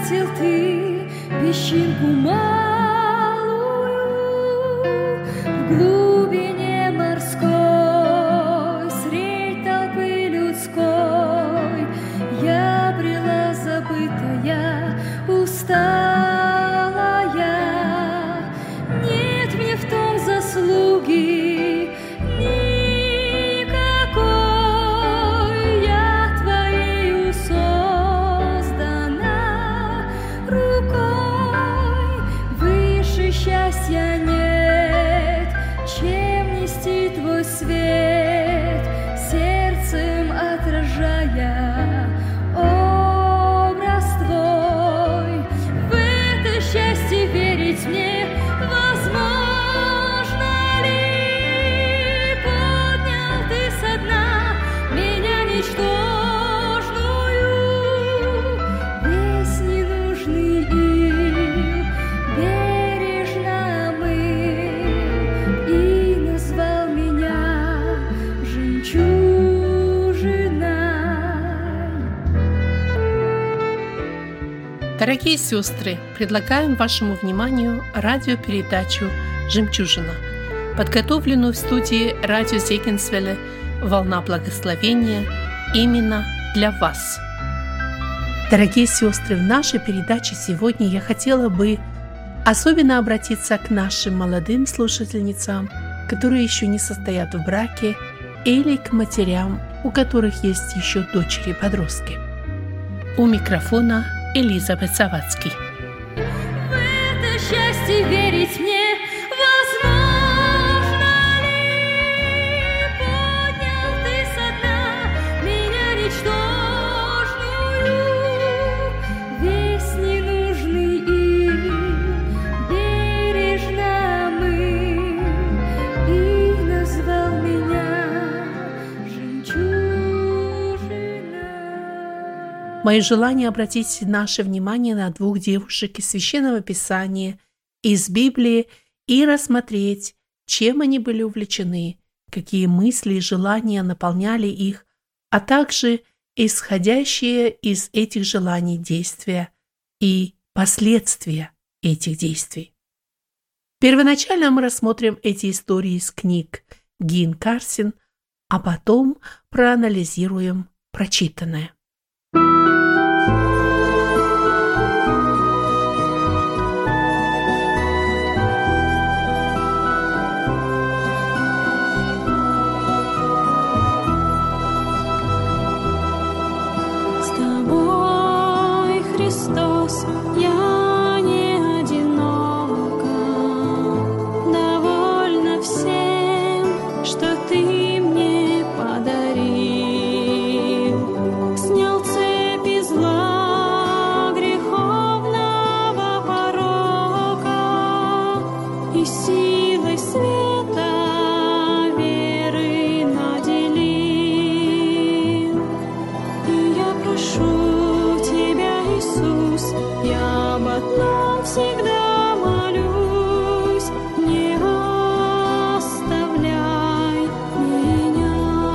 заметил ты песчинку малую в глубине морской, средь толпы людской. Я брела забытая, усталая, нет мне в том заслуги никакой. Я твоею создана рукой, выше счастья нет, чем нести твой свет, сердцем отражая образ твой. В это счастье верить мне возможно ли? Поднял ты со дна меня ничтожную, весь ненужный ил бережно мыл и назвал меня жемчужиной. Дорогие сестры, предлагаем вашему вниманию радиопередачу «Жемчужина», подготовленную в студии радио Зегенсвелле «Волна благословения» именно для вас. Дорогие сестры, в нашей передаче сегодня я хотела бы особенно обратиться к нашим молодым слушательницам, которые еще не состоят в браке, или к матерям, у которых есть еще дочери-подростки. У микрофона Элизабет Завадский. В это счастье верить мне возможно ли? Поднял ты со дна меня ничтожную, весь ненужный ил бережно мыл и назвал меня жемчужиной. Мое желание обратить наше внимание на двух девушек из Священного Писания, из Библии, и рассмотреть, чем они были увлечены, какие мысли и желания наполняли их, а также исходящие из этих желаний действия и последствия этих действий. Первоначально мы рассмотрим эти истории из книг Гин Карсин, а потом проанализируем прочитанное. С тобой, Христос, я не одинока, довольна всем, что ты мне подарил. Снял цепи зла, греховного порока и силой света веры наделил. И я прошу Тебя, Иисус, я об одном всегда молюсь: не оставляй меня.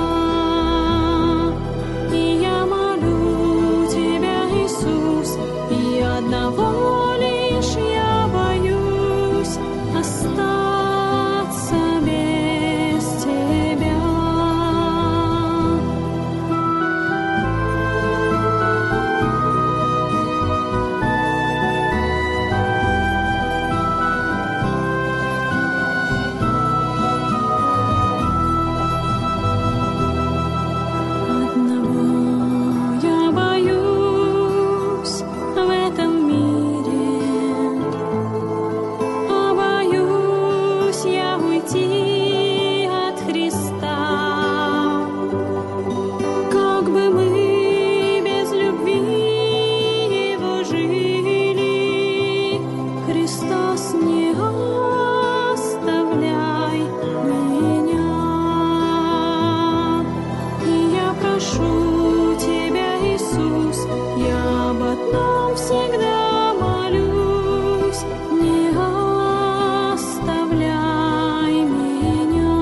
И я молю Тебя, Иисус, и одного лишь я боюсь — остаться без Тебя. Одного я боюсь в этом мире, а боюсь я уйти от Христа. Как бы мы без любви Его жили, Христос, не оставляй меня. И я прошу Тебя, Иисус, я об одном всегда молюсь: не оставляй меня.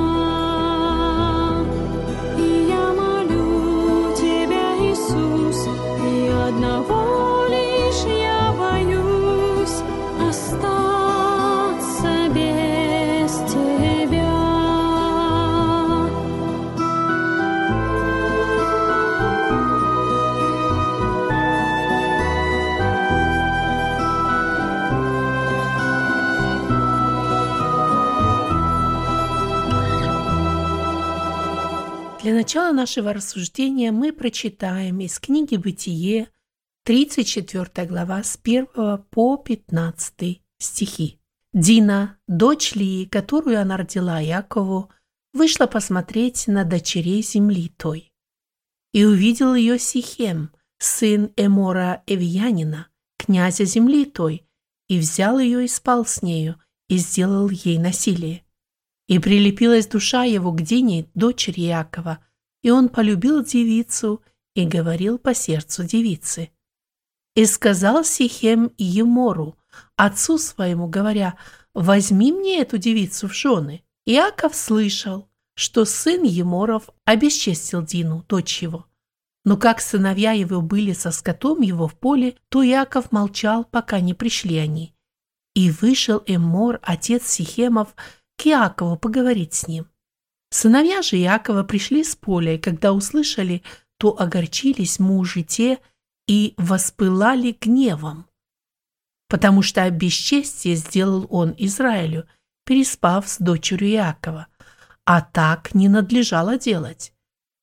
И я молю Тебя, Иисус, и одного лишь я боюсь начала нашего рассуждения мы прочитаем из книги «Бытие», 34 глава, с 1 по 15 стихи. Дина, дочь Лии, которую она родила Якову, вышла посмотреть на дочерей земли той. И увидел ее Сихем, сын Эмора Эвиянина, князя земли той, и взял ее и спал с нею, и сделал ей насилие. И прилепилась душа его к Дине, дочери Якова, и он полюбил девицу и говорил по сердцу девицы. И сказал Сихем Емору, отцу своему, говоря: «Возьми мне эту девицу в жены». Иаков слышал, что сын Еморов обесчестил Дину, дочь его. Но как сыновья его были со скотом его в поле, то Иаков молчал, пока не пришли они. И вышел Эмор, отец Сихемов, к Иакову поговорить с ним. Сыновья же Иакова пришли с поля, и когда услышали, то огорчились мужи те и воспылали гневом, потому что бесчестие сделал он Израилю, переспав с дочерью Иакова, а так не надлежало делать.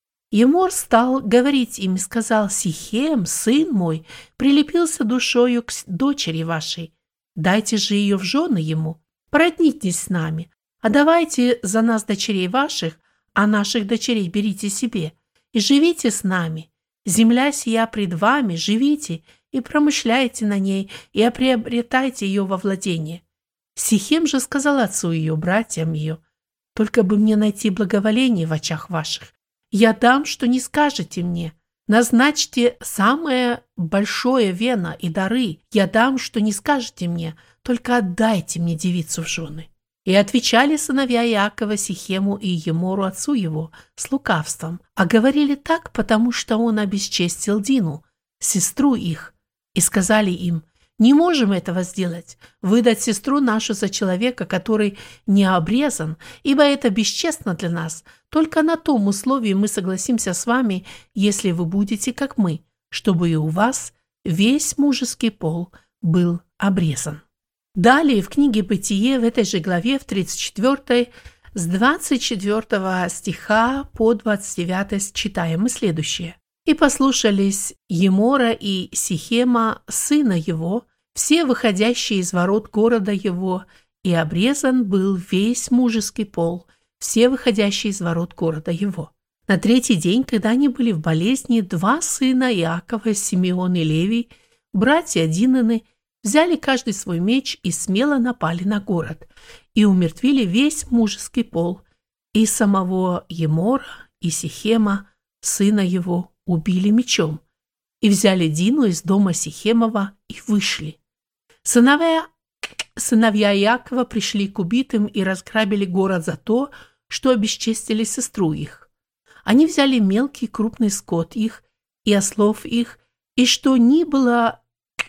Емор стал говорить им и сказал: «Сихем, сын мой, прилепился душою к дочери вашей, дайте же ее в жены ему, породнитесь с нами, а давайте за нас дочерей ваших, а наших дочерей берите себе, и живите с нами. Земля сия пред вами, живите и промышляйте на ней, и приобретайте ее во владение». Сихем же сказал отцу ее, братьям ее: «Только бы мне найти благоволение в очах ваших. Я дам, что не скажете мне. Назначьте самое большое вено и дары. Я дам, что не скажете мне. Только отдайте мне девицу в жены». И отвечали сыновья Иакова Сихему и Емору отцу его с лукавством, а говорили так, потому что он обесчестил Дину, сестру их, и сказали им: «Не можем этого сделать, выдать сестру нашу за человека, который не обрезан, ибо это бесчестно для нас. Только на том условии мы согласимся с вами, если вы будете как мы, чтобы и у вас весь мужеский пол был обрезан». Далее в книге «Бытие» в этой же главе, в 34 с 24 стиха по 29 читаем мы следующее. «И послушались Емора и Сихема, сына его, все выходящие из ворот города его, и обрезан был весь мужеский пол, все выходящие из ворот города его». На третий день, когда они были в болезни, два сына Иакова, Симеон и Левий, братья Динины, взяли каждый свой меч и смело напали на город, и умертвили весь мужеский пол, и самого Емора, и Сихема, сына его, убили мечом, и взяли Дину из дома Сихемова и вышли. Сыновья Иакова пришли к убитым и разграбили город за то, что обесчестили сестру их. Они взяли мелкий и крупный скот их, и ослов их, и что ни было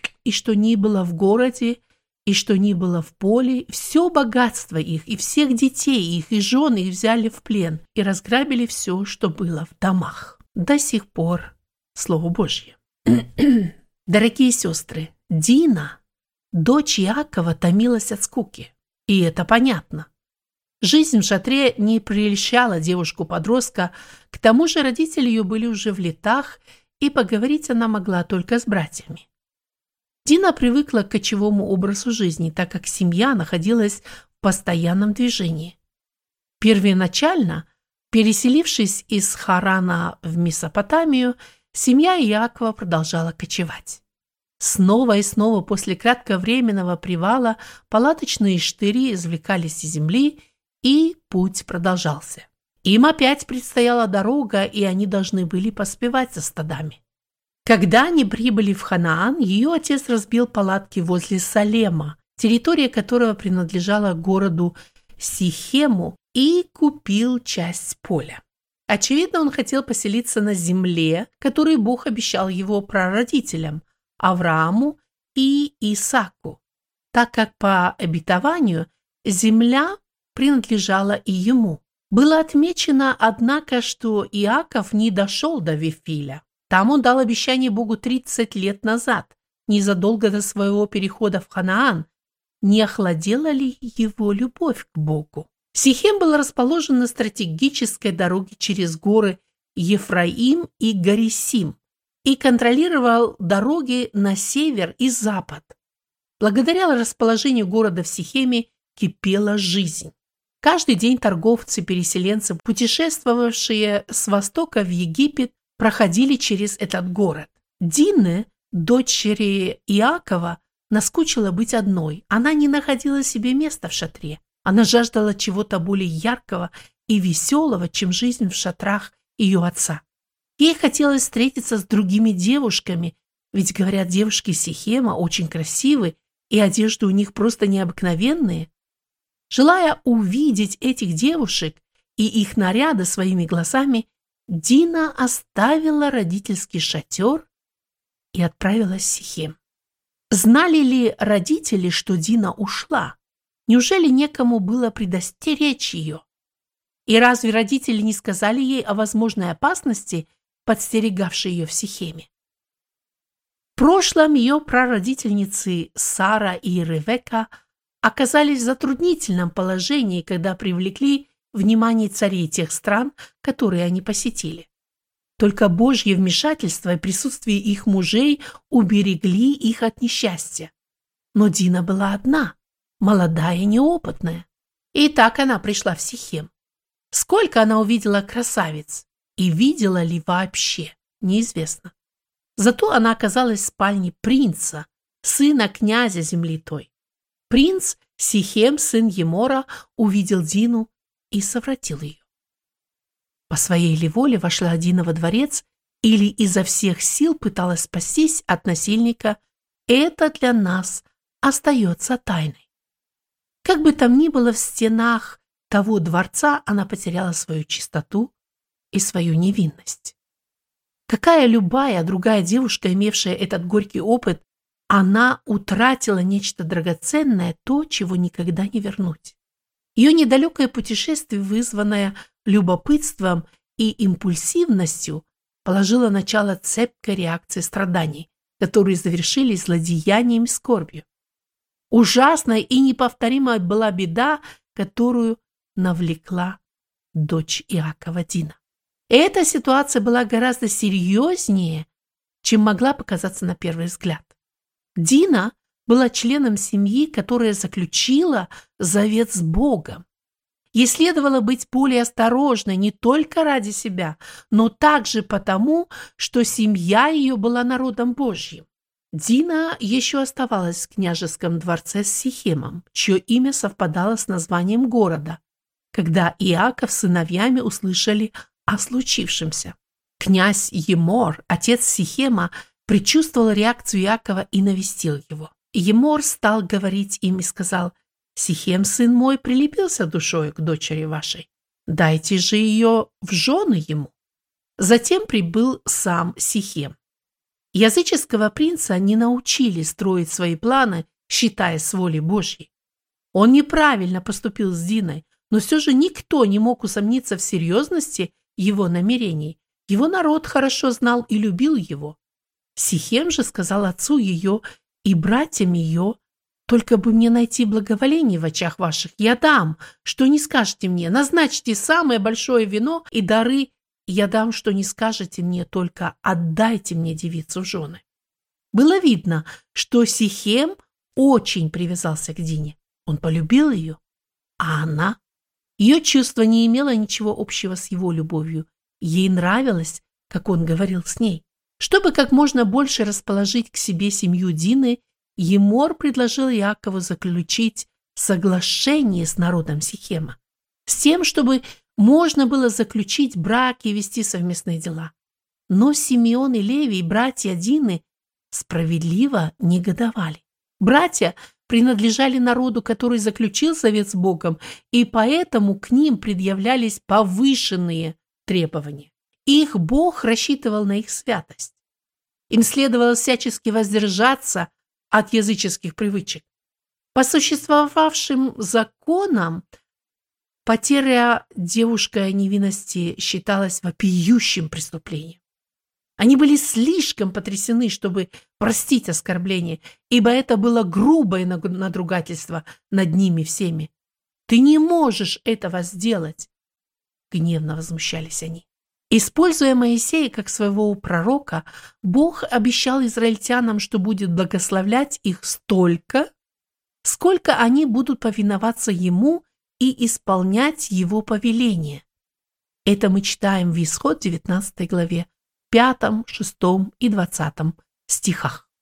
в городе, и что ни было в поле, все богатство их, и всех детей их, и жен их взяли в плен, и разграбили все, что было в домах. До сих пор Слово Божье. Дорогие сестры, Дина, дочь Иакова, томилась от скуки, и это понятно. Жизнь в шатре не прельщала девушку-подростка, к тому же родители ее были уже в летах, и поговорить она могла только с братьями. Дина привыкла к кочевому образу жизни, так как семья находилась в постоянном движении. Первоначально, переселившись из Харана в Месопотамию, семья Иакова продолжала кочевать. Снова и снова после кратковременного привала палаточные штыри извлекались из земли, и путь продолжался. Им опять предстояла дорога, и они должны были поспевать за стадами. Когда они прибыли в Ханаан, ее отец разбил палатки возле Салема, территория которого принадлежала городу Сихему, и купил часть поля. Очевидно, он хотел поселиться на земле, которую Бог обещал его прародителям Аврааму и Исааку, так как по обетованию земля принадлежала и ему. Было отмечено, однако, что Иаков не дошел до Вифиля. Там он дал обещание Богу 30 лет назад, незадолго до своего перехода в Ханаан. Не охладела ли его любовь к Богу? Сихем был расположен на стратегической дороге через горы Ефраим и Горисим и контролировал дороги на север и запад. Благодаря расположению города в Сихеме кипела жизнь. Каждый день торговцы-переселенцы, путешествовавшие с востока в Египет, проходили через этот город. Дине, дочери Иакова, наскучило быть одной. Она не находила себе места в шатре. Она жаждала чего-то более яркого и веселого, чем жизнь в шатрах ее отца. Ей хотелось встретиться с другими девушками, ведь, говорят, девушки Сихема очень красивы, и одежды у них просто необыкновенные. Желая увидеть этих девушек и их наряды своими глазами, Дина оставила родительский шатер и отправилась в Сихем. Знали ли родители, что Дина ушла? Неужели некому было предостеречь ее? И разве родители не сказали ей о возможной опасности, подстерегавшей ее в Сихеме? В прошлом ее прародительницы Сара и Ревекка оказались в затруднительном положении, когда привлекли внимание царей тех стран, которые они посетили. Только Божье вмешательство и присутствие их мужей уберегли их от несчастья. Но Дина была одна, молодая и неопытная. И так она пришла в Сихем. Сколько она увидела красавиц, и видела ли вообще, неизвестно. Зато она оказалась в спальне принца, сына князя земли той. Принц Сихем, сын Емора, увидел Дину и совратил ее. По своей ли воле вошла Дина во дворец или изо всех сил пыталась спастись от насильника, это для нас остается тайной. Как бы там ни было, в стенах того дворца она потеряла свою чистоту и свою невинность. Какая любая другая девушка, имевшая этот горький опыт, она утратила нечто драгоценное, то, чего никогда не вернуть. Ее недалекое путешествие, вызванное любопытством и импульсивностью, положило начало цепкой реакции страданий, которые завершились злодеянием и скорбью. Ужасная и неповторимая была беда, которую навлекла дочь Иакова Дина. Эта ситуация была гораздо серьезнее, чем могла показаться на первый взгляд. Дина была членом семьи, которая заключила завет с Богом. Ей следовало быть более осторожной не только ради себя, но также потому, что семья ее была народом Божьим. Дина еще оставалась в княжеском дворце с Сихемом, чье имя совпадало с названием города, когда Иаков с сыновьями услышали о случившемся. Князь Емор, отец Сихема, предчувствовал реакцию Иакова и навестил его. Емор стал говорить им и сказал: «Сихем, сын мой, прилепился душою к дочери вашей. Дайте же ее в жены ему». Затем прибыл сам Сихем. Языческого принца не научили строить свои планы, считаясь с волей Божьей. Он неправильно поступил с Диной, но все же никто не мог усомниться в серьезности его намерений. Его народ хорошо знал и любил его. Сихем же сказал отцу ее и братьям ее: «Только бы мне найти благоволение в очах ваших, я дам, что не скажете мне, назначьте самое большое вино и дары, я дам, что не скажете мне, только отдайте мне девицу в жены». Было видно, что Сихем очень привязался к Дине. Он полюбил ее, а она... Ее чувство не имело ничего общего с его любовью. Ей нравилось, как он говорил с ней. Чтобы как можно больше расположить к себе семью Дины, Емор предложил Иакову заключить соглашение с народом Сихема, с тем, чтобы можно было заключить брак и вести совместные дела. Но Симеон и Левий, братья Дины, справедливо негодовали. Братья принадлежали народу, который заключил завет с Богом, и поэтому к ним предъявлялись повышенные требования. Их Бог рассчитывал на их святость. Им следовало всячески воздержаться от языческих привычек. По существовавшим законам потеря девушкой невинности считалась вопиющим преступлением. Они были слишком потрясены, чтобы простить оскорбление, ибо это было грубое надругательство над ними всеми. «Ты не можешь этого сделать!» — гневно возмущались они. Используя Моисея как своего пророка, Бог обещал израильтянам, что будет благословлять их столько, сколько они будут повиноваться Ему и исполнять Его повеления. Это мы читаем в Исход 19 главе, 5, 6 и 20 стихах.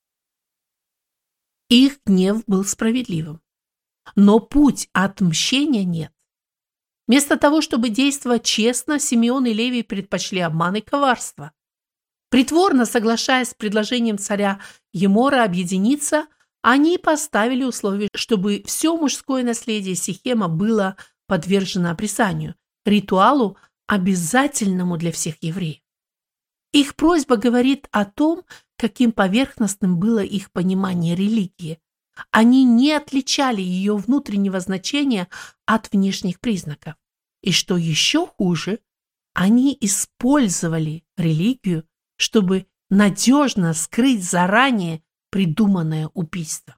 Их гнев был справедливым, но путь отмщения нет. Вместо того, чтобы действовать честно, Симеон и Левий предпочли обман и коварство. Притворно соглашаясь с предложением царя Емора объединиться, они поставили условие, чтобы все мужское наследие Сихема было подвержено обрезанию, ритуалу, обязательному для всех евреев. Их просьба говорит о том, каким поверхностным было их понимание религии. Они не отличали ее внутреннего значения от внешних признаков. И что еще хуже, они использовали религию, чтобы надежно скрыть заранее придуманное убийство.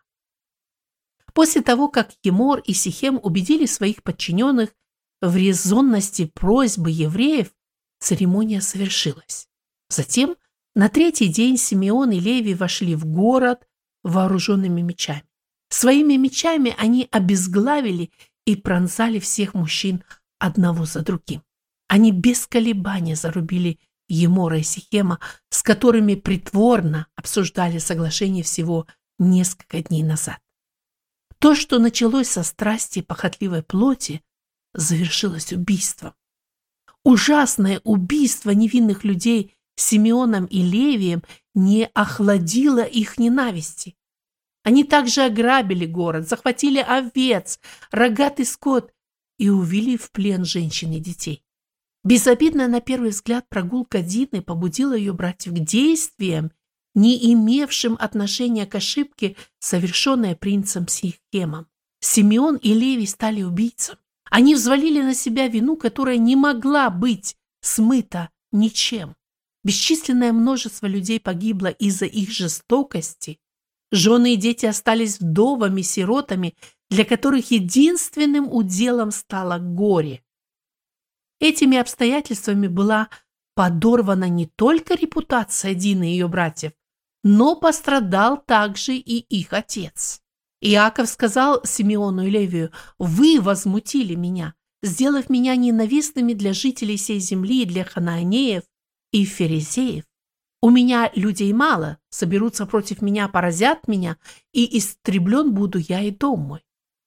После того, как Емор и Сихем убедили своих подчиненных в резонности просьбы евреев, церемония совершилась. Затем на 3-й день Симеон и Левий вошли в город вооруженными мечами. Своими мечами они обезглавили и пронзали всех мужчин одного за другим. Они без колебания зарубили Емора и Сихема, с которыми притворно обсуждали соглашение всего несколько дней назад. То, что началось со страсти и похотливой плоти, завершилось убийством. Ужасное убийство невинных людей Симеоном и Левием не охладило их ненависти. Они также ограбили город, захватили овец, рогатый скот и увели в плен женщин и детей. Безобидная на первый взгляд прогулка Дины побудила ее братьев к действиям, не имевшим отношения к ошибке, совершенной принцем Сихемом. Симеон и Левий стали убийцами. Они взвалили на себя вину, которая не могла быть смыта ничем. Бесчисленное множество людей погибло из-за их жестокости. Жены и дети остались вдовами, сиротами, для которых единственным уделом стало горе. Этими обстоятельствами была подорвана не только репутация Дины и ее братьев, но пострадал также и их отец. Иаков сказал Симеону и Левию: «Вы возмутили меня, сделав меня ненавистными для жителей сей земли и для ханаанеев и ферезеев. У меня людей мало, соберутся против меня, поразят меня, и истреблен буду я и дом мой».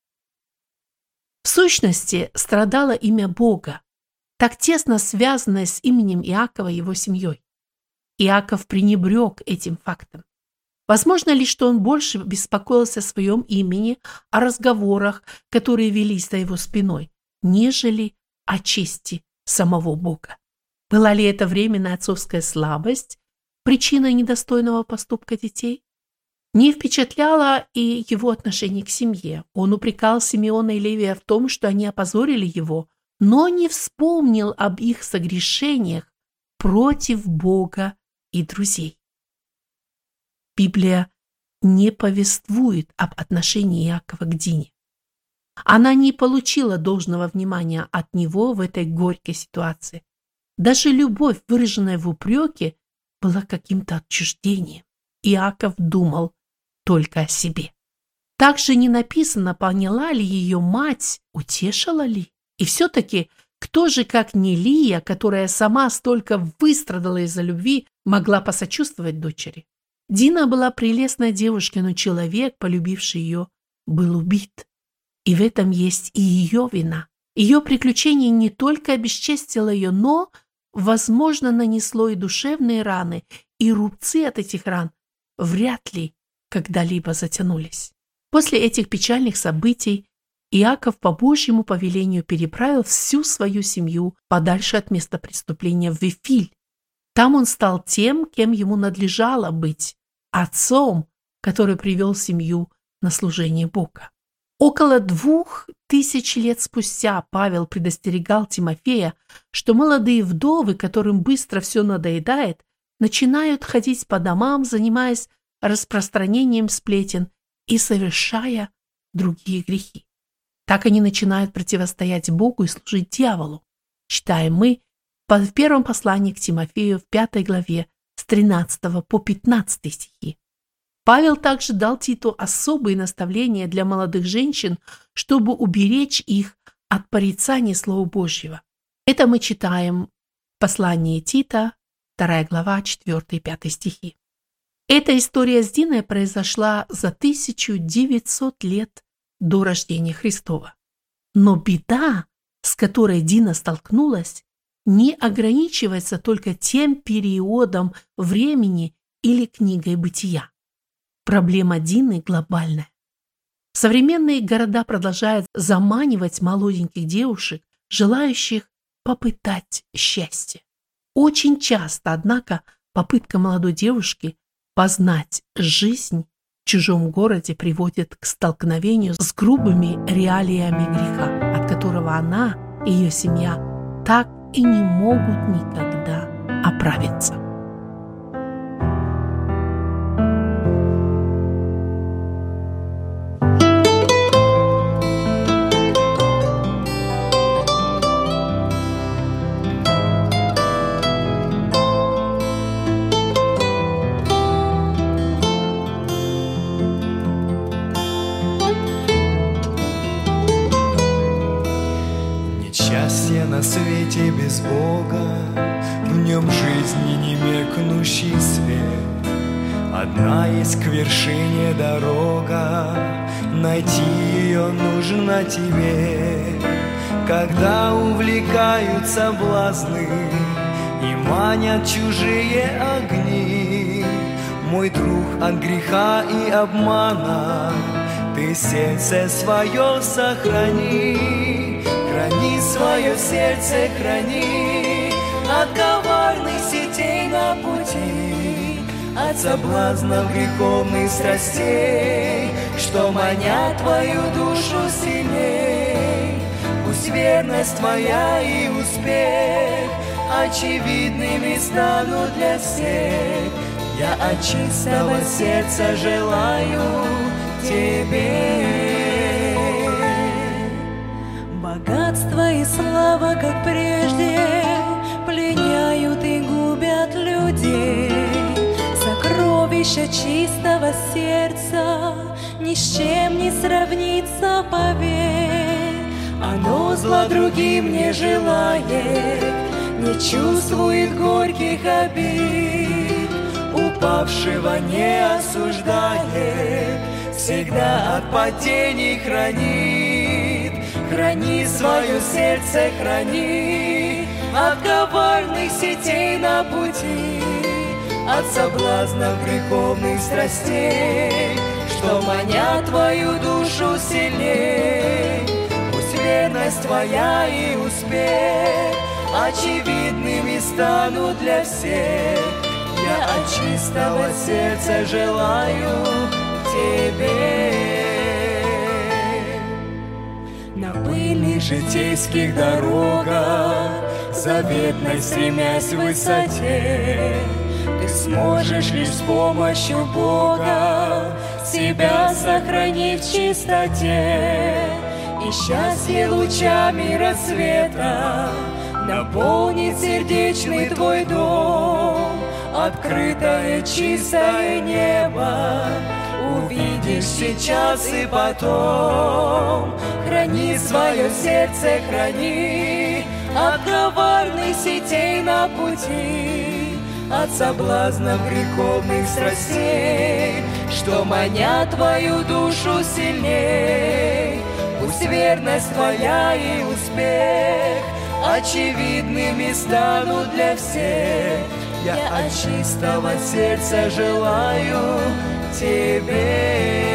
В сущности, страдало имя Бога, так тесно связанное с именем Иакова и его семьей. Иаков пренебрег этим фактом. Возможно ли, что он больше беспокоился о своем имени, о разговорах, которые велись за его спиной, нежели о чести самого Бога? Была ли это временная отцовская слабость причиной недостойного поступка детей? Не впечатляло и его отношение к семье. Он упрекал Симеона и Левия в том, что они опозорили его, но не вспомнил об их согрешениях против Бога и друзей. Библия не повествует об отношении Иакова к Дине. Она не получила должного внимания от него в этой горькой ситуации. Даже любовь, выраженная в упреке, была каким-то отчуждением. Иаков думал только о себе. Также не написано, поняла ли ее мать, утешила ли. И все-таки, кто же, как не Лия, которая сама столько выстрадала из-за любви, могла посочувствовать дочери? Дина была прелестной девушкой, но человек, полюбивший ее, был убит. И в этом есть и ее вина. Ее приключение не только обесчестило ее, но, возможно, нанесло и душевные раны, и рубцы от этих ран вряд ли когда-либо затянулись. После этих печальных событий Иаков по Божьему повелению переправил всю свою семью подальше от места преступления в Вифиль. Там он стал тем, кем ему надлежало быть, отцом, который привел семью на служение Бога. Около 2000 лет спустя Павел предостерегал Тимофея, что молодые вдовы, которым быстро все надоедает, начинают ходить по домам, занимаясь распространением сплетен и совершая другие грехи. Так они начинают противостоять Богу и служить дьяволу. Читаем мы в первом послании к Тимофею в 5 главе с 13 по 15 стихи. Павел также дал Титу особые наставления для молодых женщин, чтобы уберечь их от порицания Слова Божьего. Это мы читаем в послании Тита, 2 глава, 4 и 5 стихи. Эта история с Диной произошла за 1900 лет до рождения Христова. Но беда, с которой Дина столкнулась, не ограничивается только тем периодом времени или книгой Бытия. Проблема Дины глобальная. Современные города продолжают заманивать молоденьких девушек, желающих попытать счастье. Очень часто, однако, попытка молодой девушки познать жизнь в чужом городе приводит к столкновению с грубыми реалиями греха, от которого она и ее семья так и не могут никогда оправиться. Счастье на свете без Бога, в нем жизни не меркнущий свет. Одна есть к вершине дорога, найти ее нужно тебе. Когда увлекают соблазны и манят чужие огни, мой друг, от греха и обмана ты сердце свое сохрани. Храни свое сердце, храни от коварных сетей на пути, от соблазнов греховных страстей, что манят твою душу сильней. Пусть верность твоя и успех очевидными станут для всех. Я от чистого сердца желаю тебе. Богатство и слава, как прежде, пленяют и губят людей. Сокровища чистого сердца ни с чем не сравнится, поверь. Оно зла другим не желает, не чувствует горьких обид, упавшего не осуждает, всегда от падений хранит. Храни свое сердце, храни от коварных сетей на пути, от соблазнов греховных страстей, что манят твою душу сильней. Пусть верность твоя и успех очевидными станут для всех. Я от чистого сердца желаю тебе. На пыльных житейских дорогах, заветной стремясь к высоте, ты сможешь лишь с помощью Бога себя сохранить в чистоте. И счастье лучами рассвета наполнит сердечный твой дом. Открытое чистое небо увидишь сейчас и потом. Храни свое сердце, храни от коварных сетей на пути, от соблазнов греховных страстей, что манят твою душу сильней. Пусть верность твоя и успех очевидными станут для всех. Я от чистого сердца желаю тебе.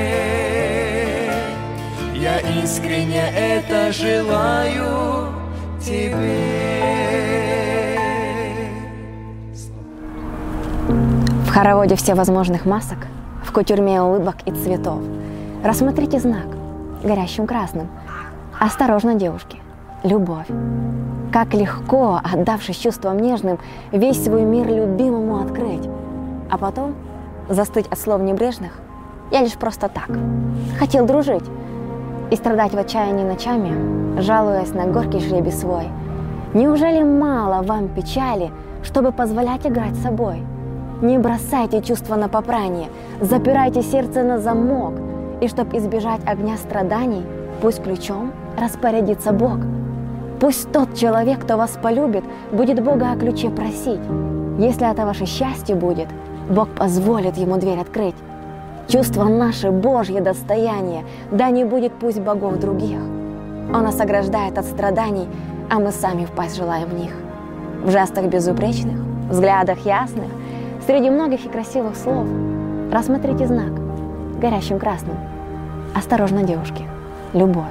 Я искренне это желаю тебе. В хороводе всевозможных масок, в кутюрме улыбок и цветов, рассмотрите знак горящим красным. Осторожно, девушки, любовь. Как легко, отдавшись чувствам нежным, весь свой мир любимому открыть, а потом застыть от слов небрежных. Я лишь просто так хотел дружить и страдать в отчаянии ночами, жалуясь на горький жребий свой. Неужели мало вам печали, чтобы позволять играть собой? Не бросайте чувства на попрание, запирайте сердце на замок, и чтоб избежать огня страданий, пусть ключом распорядится Бог. Пусть тот человек, кто вас полюбит, будет Бога о ключе просить. Если это ваше счастье будет, Бог позволит ему дверь открыть. Чувство наше Божье достояние, да не будет пусть богов других. Он нас ограждает от страданий, а мы сами впасть желаем в них. В жестах безупречных, взглядах ясных, среди многих и красивых слов рассмотрите знак горящим красным. Осторожно, девушки, любовь.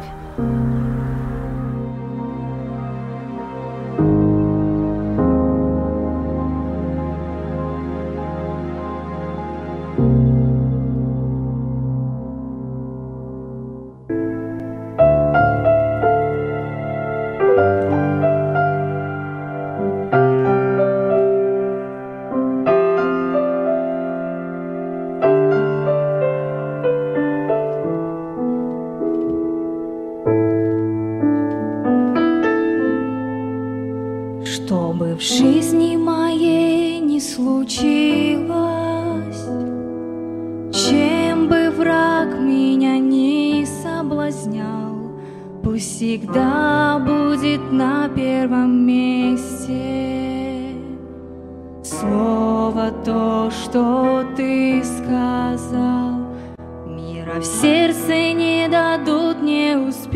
Что бы в жизни моей не случилось, чем бы враг меня не соблазнял, пусть всегда будет на первом месте слово то, что ты сказал. Мира в сердце не дадут мне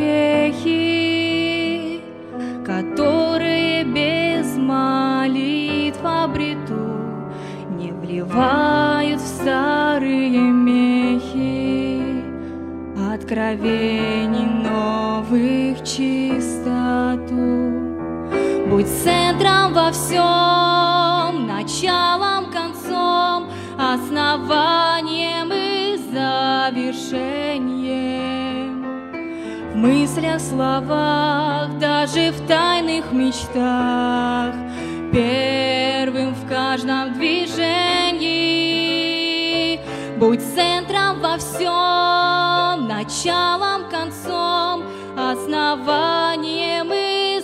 успехи, которые без молитв обрету, не вливают в старые мехи откровений новых чистоту. Будь центром во всем, началом, концом, основанием и завершением. В мыслях, словах, даже в тайных мечтах, первым в каждом движении. Будь центром во всем, началом, концом, основанием и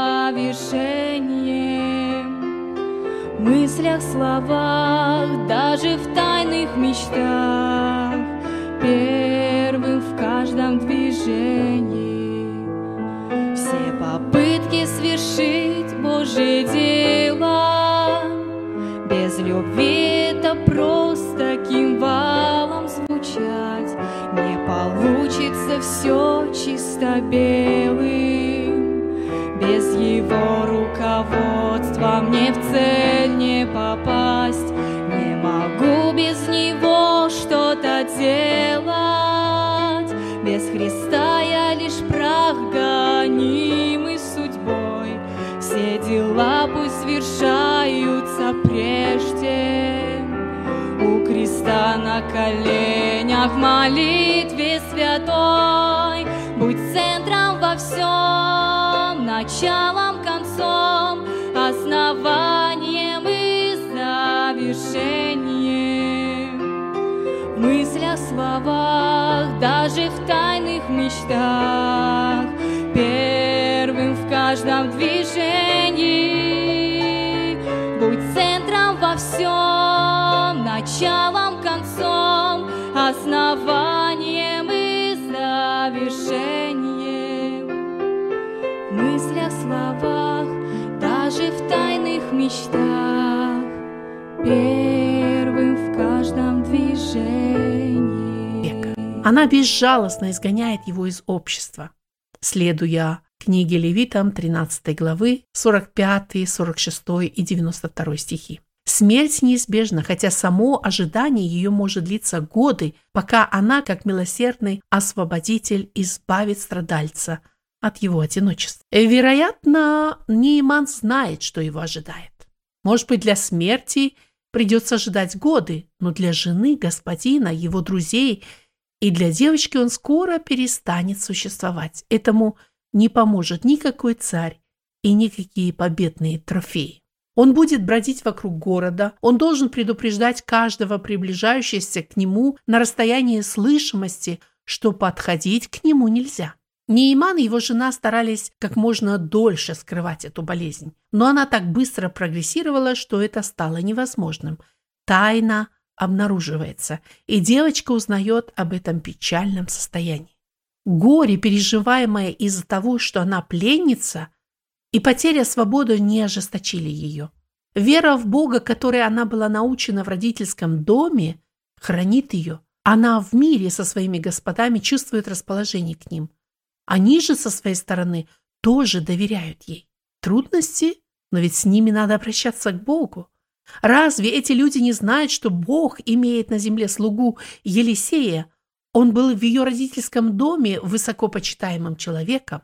завершением. В мыслях, словах, даже в тайных мечтах, первым в каждом движении. Все попытки свершить Божье дело без любви — это просто кимвалом звучать. Не получится все чисто белым, без его руководства мне в цель не попасть. Не могу без него что-то делать, без Христа я лишь прах, гонимый судьбой. Все дела пусть свершаются прежде у креста на коленях в молитве святой. Будь центром во всем, началом, концом, основанием и завершением. В мыслях, словах, даже в тайных мечтах, первым в каждом движении. Будь центром во всем, началом, концом, основанием и завершением. В мыслях, словах, даже в тайных мечтах, первым в каждом движении. Она безжалостно изгоняет его из общества, следуя книге Левитам 13 главы 45, 46 и 92 стихи. Смерть неизбежна, хотя само ожидание ее может длиться годы, пока она, как милосердный освободитель, избавит страдальца от его одиночества. Вероятно, Нейман знает, что его ожидает. Может быть, для смерти придется ожидать годы, но для жены господина, его друзей и для девочки он скоро перестанет существовать. Этому не поможет никакой царь и никакие победные трофеи. Он будет бродить вокруг города, он должен предупреждать каждого приближающегося к нему на расстоянии слышимости, что подходить к нему нельзя. Нейман и его жена старались как можно дольше скрывать эту болезнь, но она так быстро прогрессировала, что это стало невозможным. Тайна обнаруживается, и девочка узнает об этом печальном состоянии. Горе, переживаемое из-за того, что она пленница, и потеря свободы не ожесточили ее. Вера в Бога, которой она была научена в родительском доме, хранит ее. Она в мире со своими господами чувствует расположение к ним. Они же со своей стороны тоже доверяют ей. Трудности, но ведь с ними надо обращаться к Богу. Разве эти люди не знают, что Бог имеет на земле слугу Елисея? Он был в ее родительском доме высокопочитаемым человеком.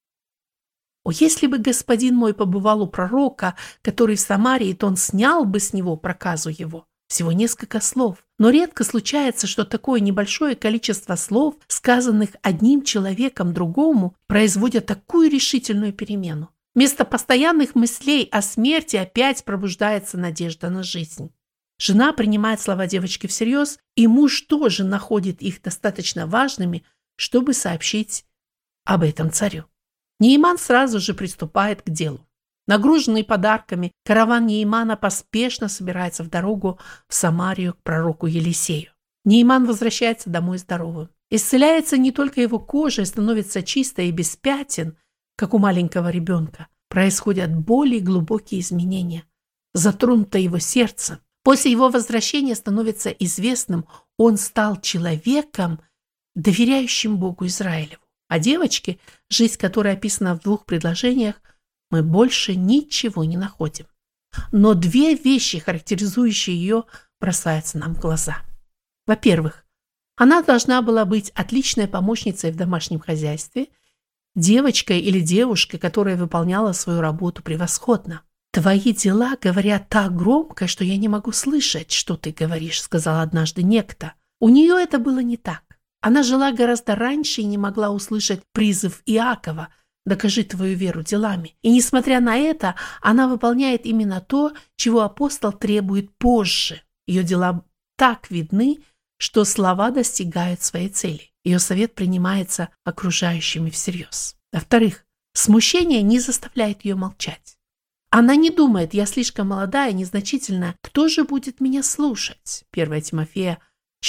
О, если бы господин мой побывал у пророка, который в Самарии, то он снял бы с него проказу его. Всего несколько слов. Но редко случается, что такое небольшое количество слов, сказанных одним человеком другому, производят такую решительную перемену. Вместо постоянных мыслей о смерти опять пробуждается надежда на жизнь. Жена принимает слова девочки всерьез, и муж тоже находит их достаточно важными, чтобы сообщить об этом царю. Нейман сразу же приступает к делу. Нагруженный подарками, караван Неймана поспешно собирается в дорогу в Самарию к пророку Елисею. Нейман возвращается домой здоровым. Исцеляется не только его кожа, и становится чистой и без пятен, как у маленького ребенка. Происходят более глубокие изменения. Затронуто его сердце. После его возвращения становится известным, он стал человеком, доверяющим Богу Израилеву. А девочке, жизнь которой описана в 2 предложениях, мы больше ничего не находим. Но 2 вещи, характеризующие ее, бросаются нам в глаза. Во-первых, она должна была быть отличной помощницей в домашнем хозяйстве, девочкой или девушкой, которая выполняла свою работу превосходно. «Твои дела говорят так громко, что я не могу слышать, что ты говоришь», сказал однажды некто. У нее это было не так. Она жила гораздо раньше и не могла услышать призыв Иакова «Докажи твою веру делами». И несмотря на это, она выполняет именно то, чего апостол требует позже. Ее дела так видны, что слова достигают своей цели. Ее совет принимается окружающими всерьез. Во-вторых, смущение не заставляет ее молчать. Она не думает: я слишком молодая, незначительная, кто же будет меня слушать? 1 Тимофея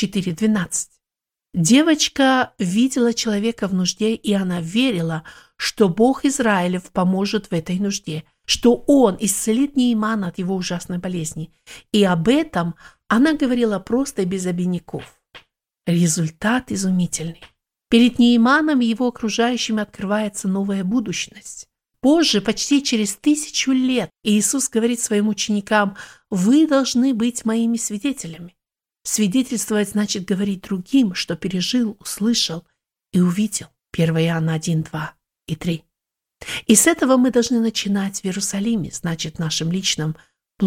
4:12. Девочка видела человека в нужде, и она верила, что Бог Израилев поможет в этой нужде, что Он исцелит Неймана от его ужасной болезни. И об этом она говорила просто и без обиняков. Результат изумительный. Перед Нейманом и его окружающими открывается новая будущность. Позже, почти через 1000 лет, Иисус говорит своим ученикам: «Вы должны быть моими свидетелями». Свидетельствовать значит говорить другим, что пережил, услышал и увидел. 1 Иоанна 1, 2 и 3. И с этого мы должны начинать в Иерусалиме, значит, в нашем личном,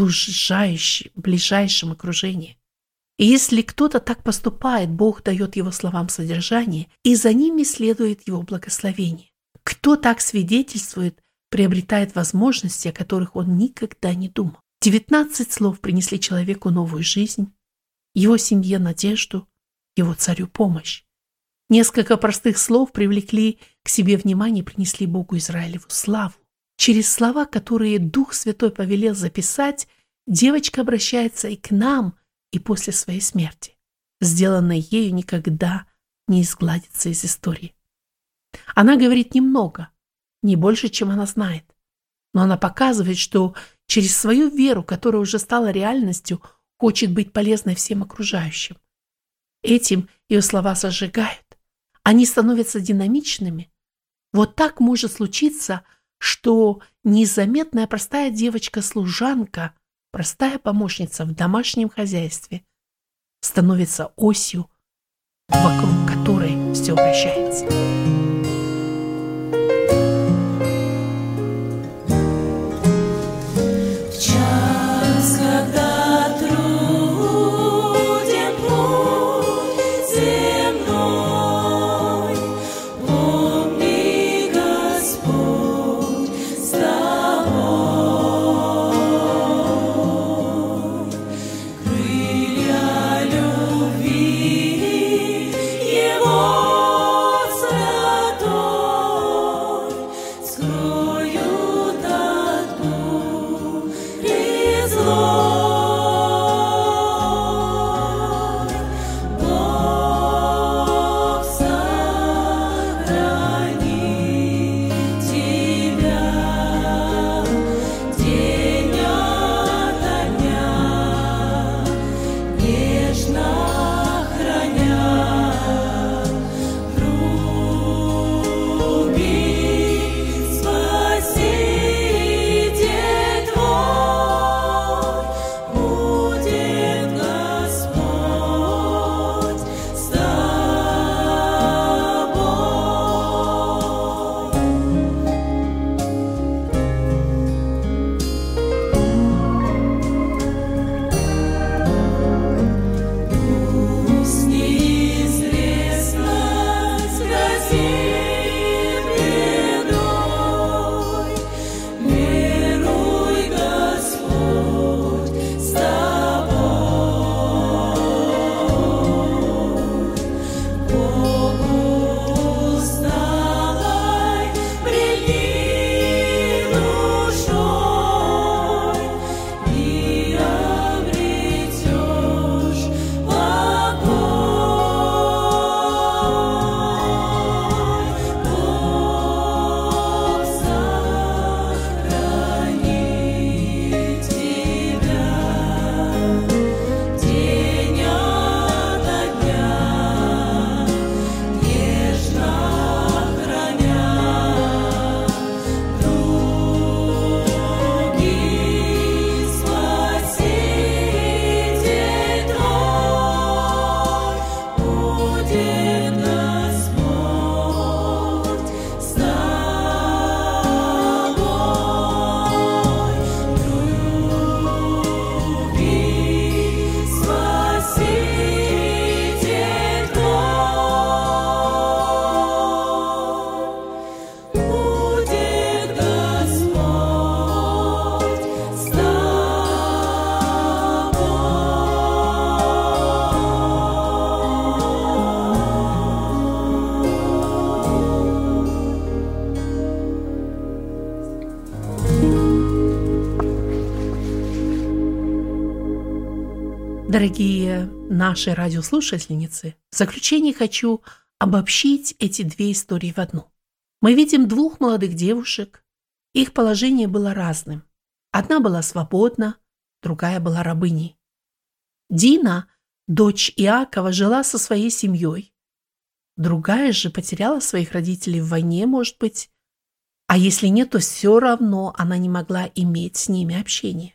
ближайшем окружении. И если кто-то так поступает, Бог дает его словам содержание, и за ними следует его благословение. Кто так свидетельствует, приобретает возможности, о которых он никогда не думал. 19 слов принесли человеку новую жизнь, его семье надежду, его царю помощь. Несколько простых слов привлекли к себе внимание и принесли Богу Израилеву славу. Через слова, которые Дух Святой повелел записать, девочка обращается и к нам, и после своей смерти. Сделанное ею никогда не изгладится из истории. Она говорит немного, не больше, чем она знает. Но она показывает, что через свою веру, которая уже стала реальностью, хочет быть полезной всем окружающим. Этим ее слова зажигают. Они становятся динамичными. Вот так может случиться, что незаметная простая девочка-служанка, простая помощница в домашнем хозяйстве, становится осью, вокруг которой все вращается. Его Дорогие наши радиослушательницы, в заключение хочу обобщить эти две истории в одну. Мы видим двух молодых девушек. Их положение было разным. Одна была свободна, другая была рабыней. Дина, дочь Иакова, жила со своей семьей. Другая же потеряла своих родителей в войне, может быть. А если нет, то все равно она не могла иметь с ними общение.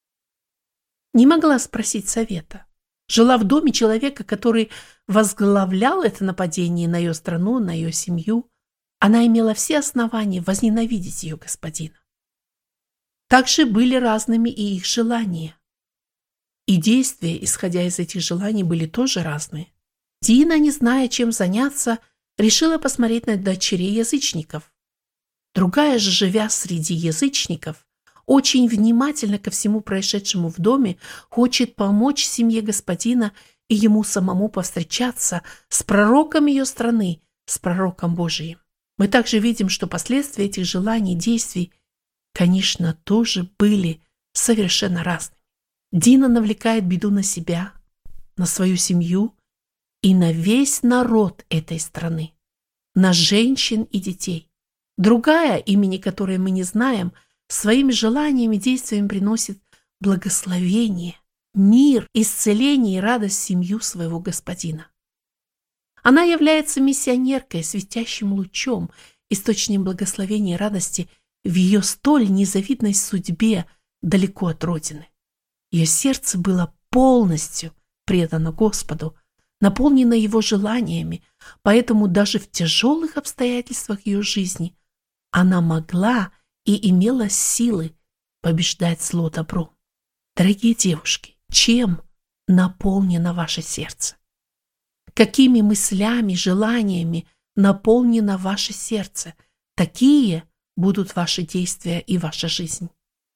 Не могла спросить совета. Жила в доме человека, который возглавлял это нападение на ее страну, на ее семью. Она имела все основания возненавидеть ее господина. Также были разными и их желания. И действия, исходя из этих желаний, были тоже разные. Дина, не зная, чем заняться, решила посмотреть на дочерей язычников. Другая же, живя среди язычников, очень внимательно ко всему происшедшему в доме, хочет помочь семье господина и ему самому повстречаться с пророком ее страны, с пророком Божиим. Мы также видим, что последствия этих желаний и действий, конечно, тоже были совершенно разными. Дина навлекает беду на себя, на свою семью и на весь народ этой страны, на женщин и детей. Другая, имени которой мы не знаем, своими желаниями и действиями приносит благословение, мир, исцеление и радость в семью своего господина. Она является миссионеркой, светящим лучом, источником благословения и радости в ее столь незавидной судьбе далеко от родины. Ее сердце было полностью предано Господу, наполнено Его желаниями, поэтому даже в тяжелых обстоятельствах ее жизни она могла и имела силы побеждать зло добром. Дорогие девушки, чем наполнено ваше сердце? Какими мыслями, желаниями наполнено ваше сердце? Такие будут ваши действия и ваша жизнь.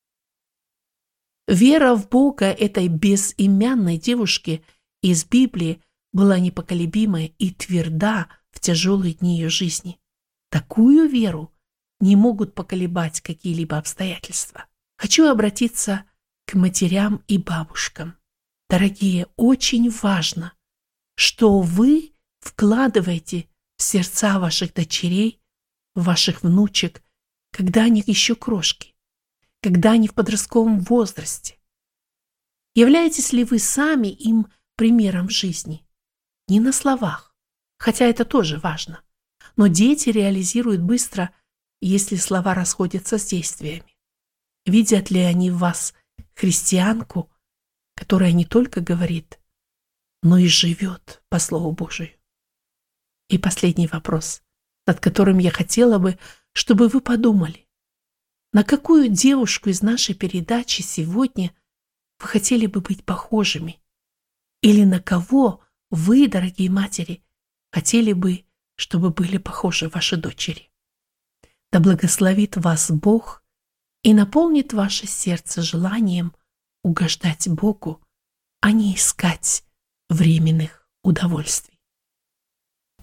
Вера в Бога этой безымянной девушки из Библии была непоколебимая и тверда в тяжелые дни ее жизни. Такую веру не могут поколебать какие-либо обстоятельства. Хочу обратиться к матерям и бабушкам. Дорогие, очень важно, что вы вкладываете в сердца ваших дочерей, ваших внучек, когда они еще крошки, когда они в подростковом возрасте. Являетесь ли вы сами им примером в жизни? Не на словах, хотя это тоже важно, но дети реализируют быстро, если слова расходятся с действиями. Видят ли они в вас христианку, которая не только говорит, но и живет по Слову Божию? И последний вопрос, над которым я хотела бы, чтобы вы подумали. На какую девушку из нашей передачи сегодня вы хотели бы быть похожими? Или на кого вы, дорогие матери, хотели бы, чтобы были похожи ваши дочери? Да благословит вас Бог и наполнит ваше сердце желанием угождать Богу, а не искать временных удовольствий.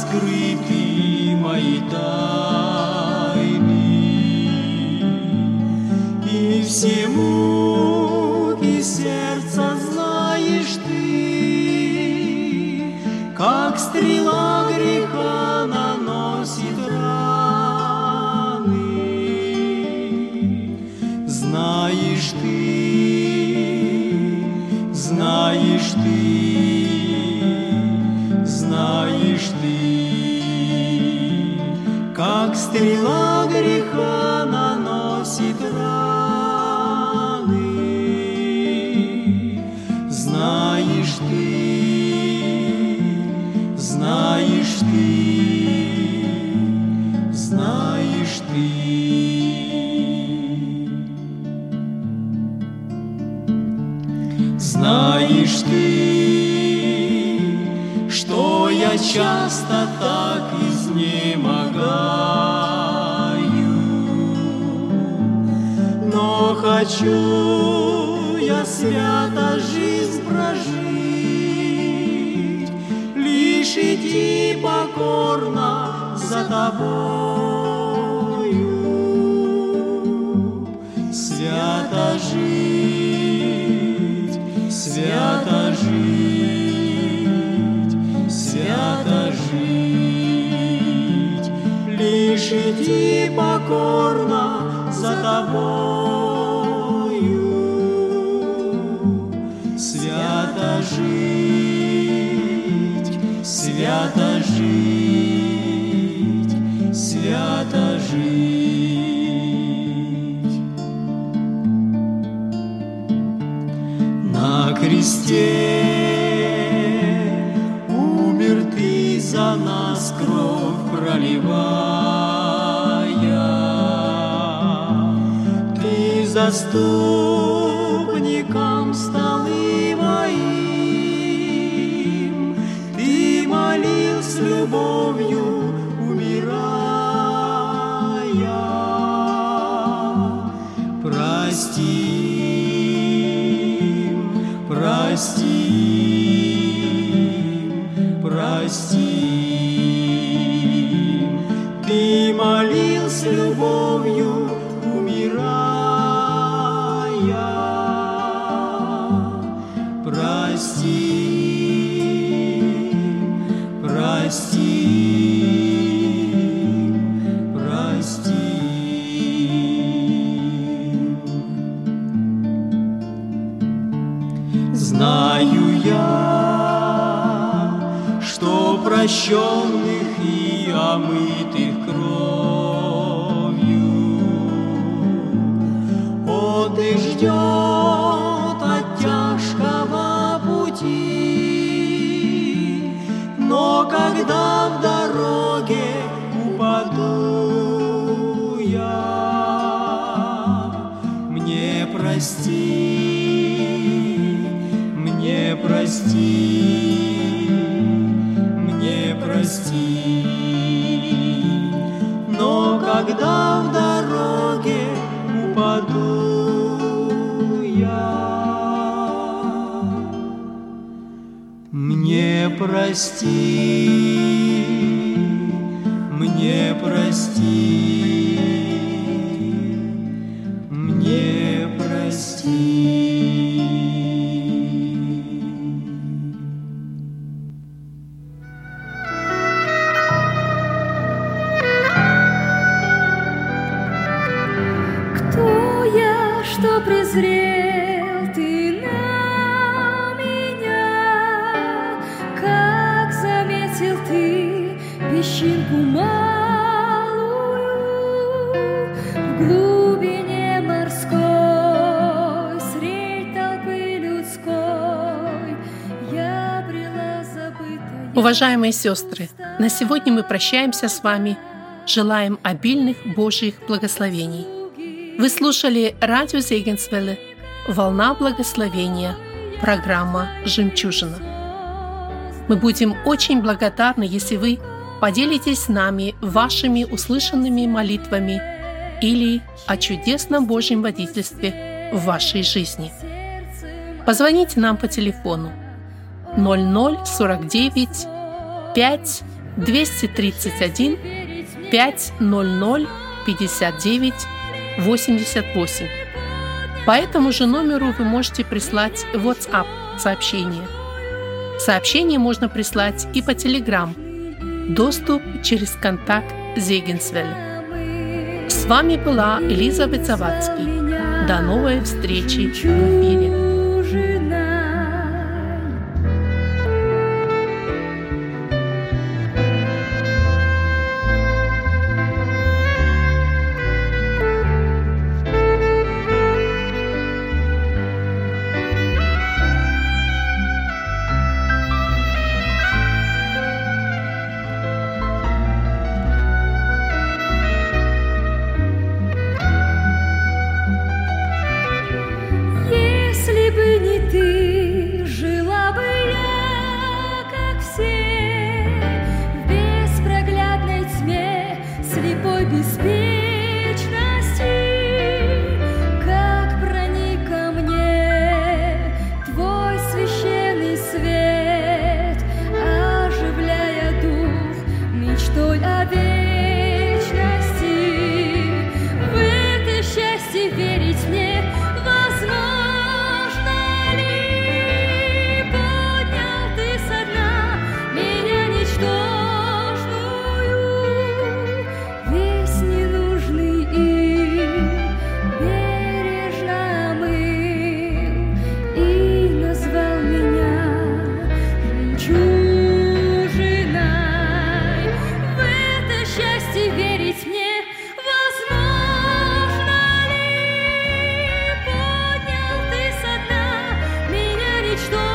скрыты мои тайны, и все муки сердца знаешь ты, как стрела греха наносит раны. Знаешь ты, знаешь ты, как стрела греха наносит раны. Знаешь ты, знаешь ты. Знаешь ты, что я часто так изнемогаю, но хочу я свято жизнь прожить, лишь идти покорно за тобою, свято жить, свято жить, свято жить, лишь идти покорно за тобою, свято жить, свято жить, свято жить. На кресте умер ты за нас, кровь проливая, ты заступником стал и моим, ты молил с любовью, умирая. Прости, ты молил с любовью, умирая. Знаю я, что прощенных и омытых кровью отдых ждет от тяжкого пути, но когда в дороге упаду я, мне прости, мне прости, мне прости. Но когда в дороге упаду я, мне прости, мне прости, мне прости. Что презрел ты на меня, как заметил ты песчинку малую в глубине морской, средь толпы людской я брела забытая. Уважаемые сестры, на сегодня мы прощаемся с вами, желаем обильных Божьих благословений. Вы слушали радио Зегенсвелле «Волна благословения», программа «Жемчужина». Мы будем очень благодарны, если вы поделитесь с нами вашими услышанными молитвами или о чудесном Божьем водительстве в вашей жизни. Позвоните нам по телефону 0049 5 231 500 59 88. По этому же номеру вы можете прислать WhatsApp сообщение. Сообщение можно прислать и по Telegram. Доступ через контакт Зегенсвелле. С вами была Элизабет Завадский. До новой встречи в эфире. Что